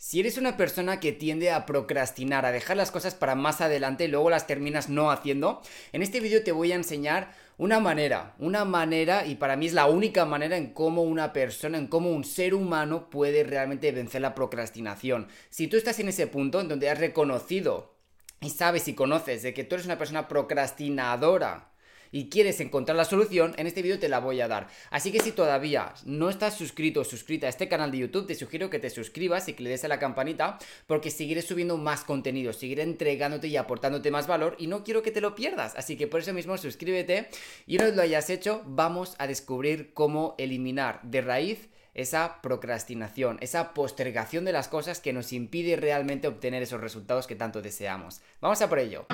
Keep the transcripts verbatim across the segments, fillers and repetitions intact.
Si eres una persona que tiende a procrastinar, a dejar las cosas para más adelante y luego las terminas no haciendo, en este vídeo te voy a enseñar una manera, una manera, y para mí es la única manera en cómo una persona, en cómo un ser humano puede realmente vencer la procrastinación. Si tú estás en ese punto en donde has reconocido y sabes y conoces de que tú eres una persona procrastinadora y quieres encontrar la solución, en este vídeo te la voy a dar. Así que si todavía no estás suscrito o suscrita a este canal de YouTube, te sugiero que te suscribas y que le des a la campanita, porque seguiré subiendo más contenido, seguiré entregándote y aportándote más valor y no quiero que te lo pierdas. Así que por eso mismo suscríbete y una vez lo hayas hecho, vamos a descubrir cómo eliminar de raíz esa procrastinación, esa postergación de las cosas que nos impide realmente obtener esos resultados que tanto deseamos. Vamos a por ello.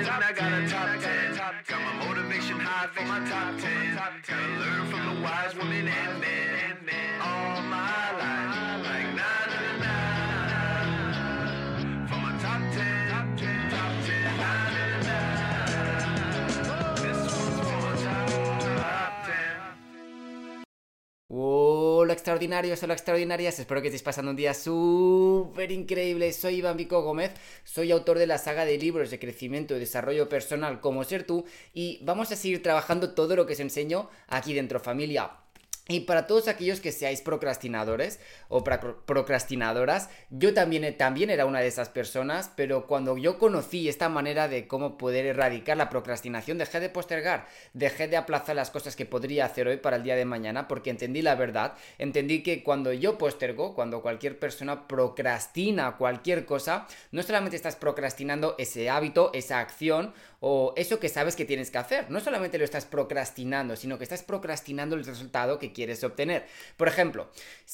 Hola extraordinarios, hola extraordinarias, espero que estéis pasando un día súper increíble. Soy Iván Vico Gómez, soy autor de la saga de libros de crecimiento y desarrollo personal como Ser Tú, y vamos a seguir trabajando todo lo que os enseño aquí dentro, familia. Y para todos aquellos que seáis procrastinadores o procrastinadoras, yo también, también era una de esas personas, pero cuando yo conocí esta manera de cómo poder erradicar la procrastinación, dejé de postergar, dejé de aplazar las cosas que podría hacer hoy para el día de mañana, porque entendí la verdad, entendí que cuando yo postergo, cuando cualquier persona procrastina cualquier cosa, no solamente estás procrastinando ese hábito, esa acción o eso que sabes que tienes que hacer, no solamente lo estás procrastinando, sino que estás procrastinando el resultado que quieres obtener. Por ejemplo,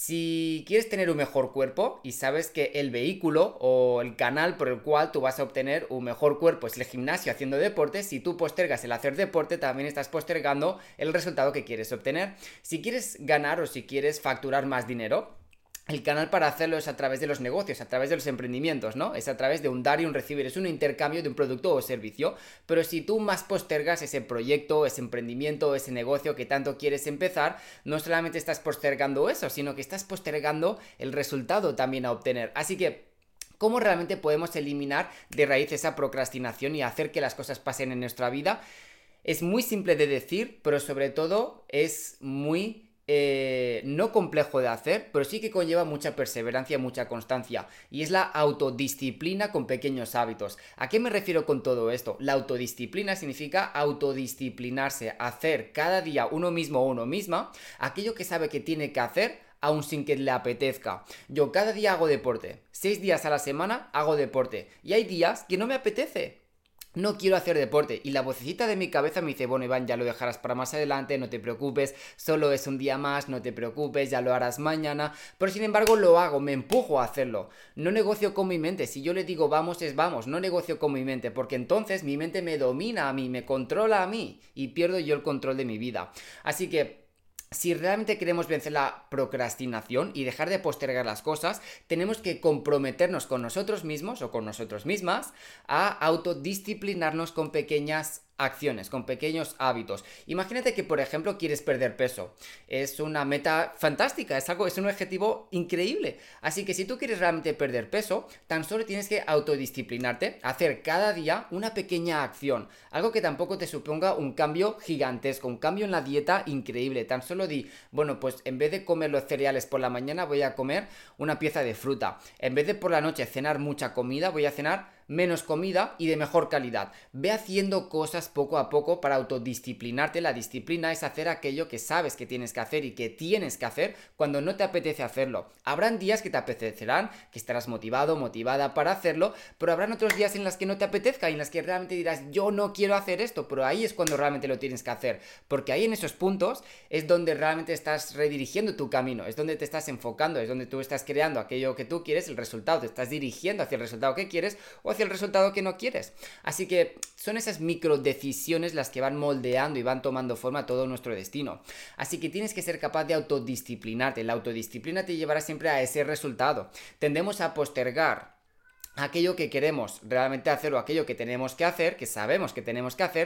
si quieres tener un mejor cuerpo y sabes que el vehículo o el canal por el cual tú vas a obtener un mejor cuerpo es el gimnasio haciendo deporte, si tú postergas el hacer deporte, también estás postergando el resultado que quieres obtener. Si quieres ganar o si quieres facturar más dinero, el canal para hacerlo es a través de los negocios, a través de los emprendimientos, ¿no? Es a través de un dar y un recibir, es un intercambio de un producto o servicio. Pero si tú más postergas ese proyecto, ese emprendimiento, ese negocio que tanto quieres empezar, no solamente estás postergando eso, sino que estás postergando el resultado también a obtener. Así que ¿cómo realmente podemos eliminar de raíz esa procrastinación y hacer que las cosas pasen en nuestra vida? Es muy simple de decir, pero sobre todo es muy Eh, no complejo de hacer, pero sí que conlleva mucha perseverancia, mucha constancia, y es la autodisciplina con pequeños hábitos. ¿A qué me refiero con todo esto? La autodisciplina significa autodisciplinarse, hacer cada día uno mismo o uno misma aquello que sabe que tiene que hacer aún sin que le apetezca. Yo cada día hago deporte, seis días a la semana hago deporte, y hay días que no me apetece. No quiero hacer deporte y la vocecita de mi cabeza me dice, bueno Iván, ya lo dejarás para más adelante, no te preocupes, solo es un día más, no te preocupes, ya lo harás mañana, pero sin embargo lo hago, me empujo a hacerlo. No negocio con mi mente, si yo le digo vamos es vamos, no negocio con mi mente, porque entonces mi mente me domina a mí, me controla a mí y pierdo yo el control de mi vida. Así que si realmente queremos vencer la procrastinación y dejar de postergar las cosas, tenemos que comprometernos con nosotros mismos o con nosotros mismas a autodisciplinarnos con pequeñas acciones, con pequeños hábitos. Imagínate que, por ejemplo, quieres perder peso. Es una meta fantástica, es algo, es un objetivo increíble. Así que si tú quieres realmente perder peso, tan solo tienes que autodisciplinarte, hacer cada día una pequeña acción, algo que tampoco te suponga un cambio gigantesco, un cambio en la dieta increíble. Tan solo di, bueno, pues en vez de comer los cereales por la mañana, voy a comer una pieza de fruta. En vez de por la noche cenar mucha comida, voy a cenar menos comida y de mejor calidad. Ve haciendo cosas poco a poco para autodisciplinarte. La disciplina es hacer aquello que sabes que tienes que hacer y que tienes que hacer cuando no te apetece hacerlo. Habrán días que te apetecerán, que estarás motivado, motivada para hacerlo, pero habrán otros días en los que no te apetezca y en los que realmente dirás, yo no quiero hacer esto, pero ahí es cuando realmente lo tienes que hacer, porque ahí en esos puntos es donde realmente estás redirigiendo tu camino, es donde te estás enfocando, es donde tú estás creando aquello que tú quieres, el resultado, te estás dirigiendo hacia el resultado que quieres o hacia el resultado que no quieres. Así que son esas micro decisiones las que van moldeando y van tomando forma todo nuestro destino. Así que tienes que ser capaz de autodisciplinarte. La autodisciplina te llevará siempre a ese resultado. Tendemos a postergar aquello que queremos realmente hacer o aquello que tenemos que hacer, que sabemos que tenemos que hacer,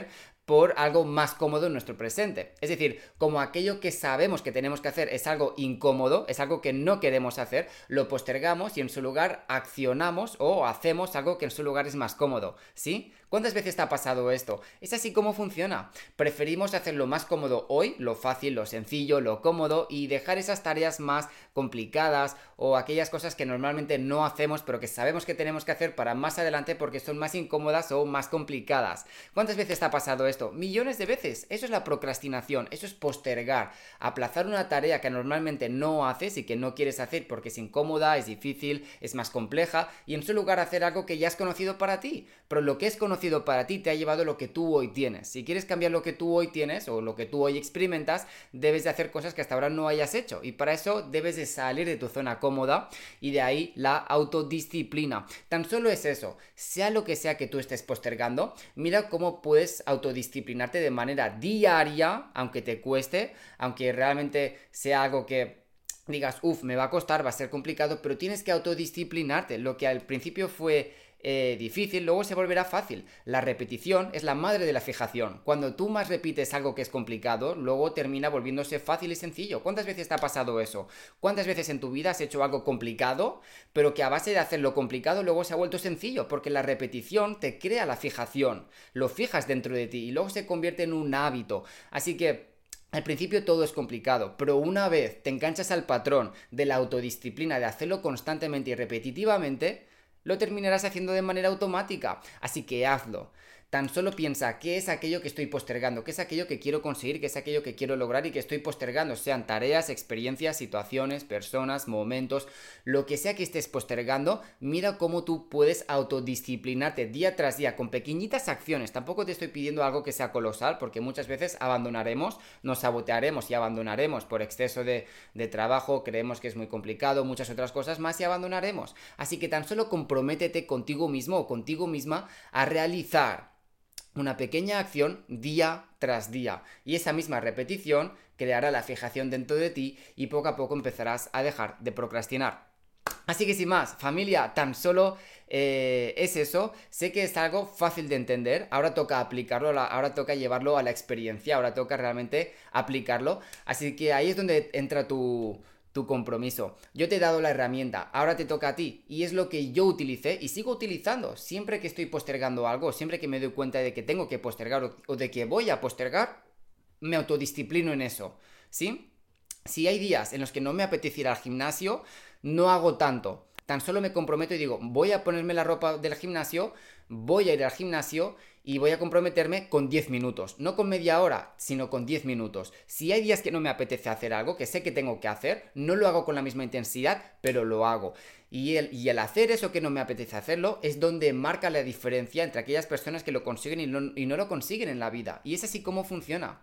por algo más cómodo en nuestro presente. Es decir, como aquello que sabemos que tenemos que hacer es algo incómodo, es algo que no queremos hacer, lo postergamos y en su lugar accionamos o hacemos algo que en su lugar es más cómodo, ¿sí? ¿Cuántas veces te ha pasado esto? Es así como funciona. Preferimos hacer lo más cómodo hoy, lo fácil, lo sencillo, lo cómodo, y dejar esas tareas más complicadas o aquellas cosas que normalmente no hacemos pero que sabemos que tenemos que hacer para más adelante porque son más incómodas o más complicadas. ¿Cuántas veces te ha pasado esto? Millones de veces. Eso es la procrastinación, eso es postergar, aplazar una tarea que normalmente no haces y que no quieres hacer porque es incómoda, es difícil, es más compleja, y en su lugar hacer algo que ya es conocido para ti. Pero lo que es conocido para ti te ha llevado lo que tú hoy tienes. Si quieres cambiar lo que tú hoy tienes o lo que tú hoy experimentas, debes de hacer cosas que hasta ahora no hayas hecho, y para eso debes de salir de tu zona cómoda, y de ahí la autodisciplina. Tan solo es eso, sea lo que sea que tú estés postergando, mira cómo puedes autodisciplinarte de manera diaria, aunque te cueste, aunque realmente sea algo que digas, uff, me va a costar, va a ser complicado, pero tienes que autodisciplinarte. Lo que al principio fue Eh, difícil, luego se volverá fácil. La repetición es la madre de la fijación. Cuando tú más repites algo que es complicado, luego termina volviéndose fácil y sencillo. ¿Cuántas veces te ha pasado eso? ¿Cuántas veces en tu vida has hecho algo complicado, pero que a base de hacerlo complicado luego se ha vuelto sencillo? Porque la repetición te crea la fijación, lo fijas dentro de ti y luego se convierte en un hábito. Así que al principio todo es complicado, pero una vez te enganchas al patrón de la autodisciplina, de hacerlo constantemente y repetitivamente, lo terminarás haciendo de manera automática. Así que hazlo. Tan solo piensa qué es aquello que estoy postergando, qué es aquello que quiero conseguir, qué es aquello que quiero lograr y que estoy postergando, sean tareas, experiencias, situaciones, personas, momentos, lo que sea que estés postergando. Mira cómo tú puedes autodisciplinarte día tras día con pequeñitas acciones. Tampoco te estoy pidiendo algo que sea colosal, porque muchas veces abandonaremos, nos sabotearemos y abandonaremos por exceso de, de trabajo, creemos que es muy complicado, muchas otras cosas más, y abandonaremos. Así que tan solo comprométete contigo mismo o contigo misma a realizar una pequeña acción día tras día, y esa misma repetición creará la fijación dentro de ti y poco a poco empezarás a dejar de procrastinar. Así que sin más, familia, tan solo eh, es eso. Sé que es algo fácil de entender, ahora toca aplicarlo, ahora toca llevarlo a la experiencia, ahora toca realmente aplicarlo, así que ahí es donde entra tu... tu compromiso. Yo te he dado la herramienta, ahora te toca a ti, y es lo que yo utilicé y sigo utilizando. Siempre que estoy postergando algo, siempre que me doy cuenta de que tengo que postergar o, o de que voy a postergar, me autodisciplino en eso, ¿sí? Si hay días en los que no me apetece ir al gimnasio, no hago tanto. Tan solo me comprometo y digo, voy a ponerme la ropa del gimnasio, voy a ir al gimnasio y voy a comprometerme con diez minutos. No con media hora, sino con diez minutos. Si hay días que no me apetece hacer algo, que sé que tengo que hacer, no lo hago con la misma intensidad, pero lo hago. Y el, y el hacer eso que no me apetece hacerlo es donde marca la diferencia entre aquellas personas que lo consiguen y no, y no lo consiguen en la vida. Y es así como funciona.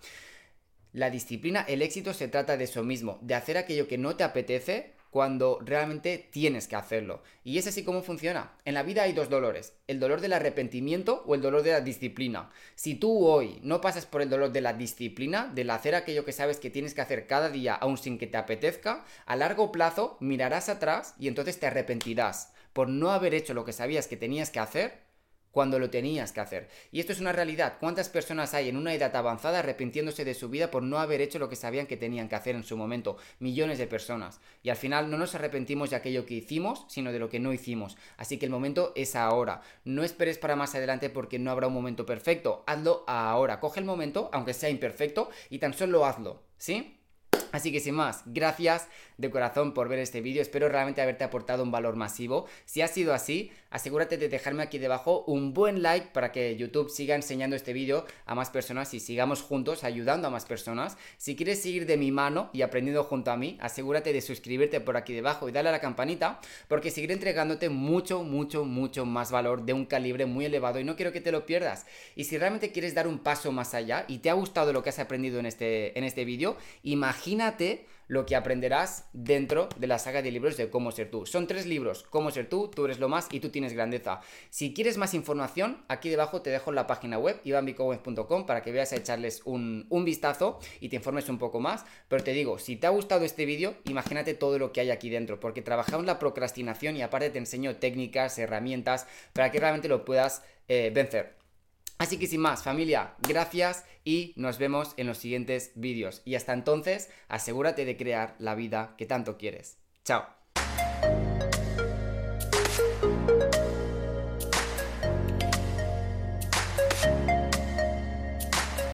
La disciplina, el éxito se trata de eso mismo, de hacer aquello que no te apetece cuando realmente tienes que hacerlo. Y es así como funciona. En la vida hay dos dolores, el dolor del arrepentimiento o el dolor de la disciplina. Si tú hoy no pasas por el dolor de la disciplina, del hacer aquello que sabes que tienes que hacer cada día aun sin que te apetezca, a largo plazo mirarás atrás y entonces te arrepentirás por no haber hecho lo que sabías que tenías que hacer cuando lo tenías que hacer. Y esto es una realidad. ¿Cuántas personas hay en una edad avanzada arrepintiéndose de su vida por no haber hecho lo que sabían que tenían que hacer en su momento? Millones de personas. Y al final no nos arrepentimos de aquello que hicimos, sino de lo que no hicimos. Así que el momento es ahora. No esperes para más adelante porque no habrá un momento perfecto. Hazlo ahora. Coge el momento, aunque sea imperfecto, y tan solo hazlo. ¿Sí? Así que sin más, gracias de corazón por ver este vídeo, espero realmente haberte aportado un valor masivo. Si ha sido así, asegúrate de dejarme aquí debajo un buen like para que YouTube siga enseñando este vídeo a más personas y sigamos juntos ayudando a más personas. Si quieres seguir de mi mano y aprendiendo junto a mí, asegúrate de suscribirte por aquí debajo y darle a la campanita, porque seguiré entregándote mucho, mucho, mucho más valor de un calibre muy elevado y no quiero que te lo pierdas. Y si realmente quieres dar un paso más allá y te ha gustado lo que has aprendido en este, en este vídeo, imagínate lo que aprenderás dentro de la saga de libros de Cómo Ser Tú. Son tres libros: Cómo Ser Tú, Tú Eres Lo Más y Tú Tienes Grandeza. Si quieres más información, aquí debajo te dejo la página web iván vico gómez punto com para que veas a echarles un, un vistazo y te informes un poco más. Pero te digo, si te ha gustado este vídeo, imagínate todo lo que hay aquí dentro, porque trabajamos la procrastinación y aparte te enseño técnicas, herramientas para que realmente lo puedas eh, vencer. Así que sin más, familia, gracias y nos vemos en los siguientes vídeos. Y hasta entonces, asegúrate de crear la vida que tanto quieres. Chao.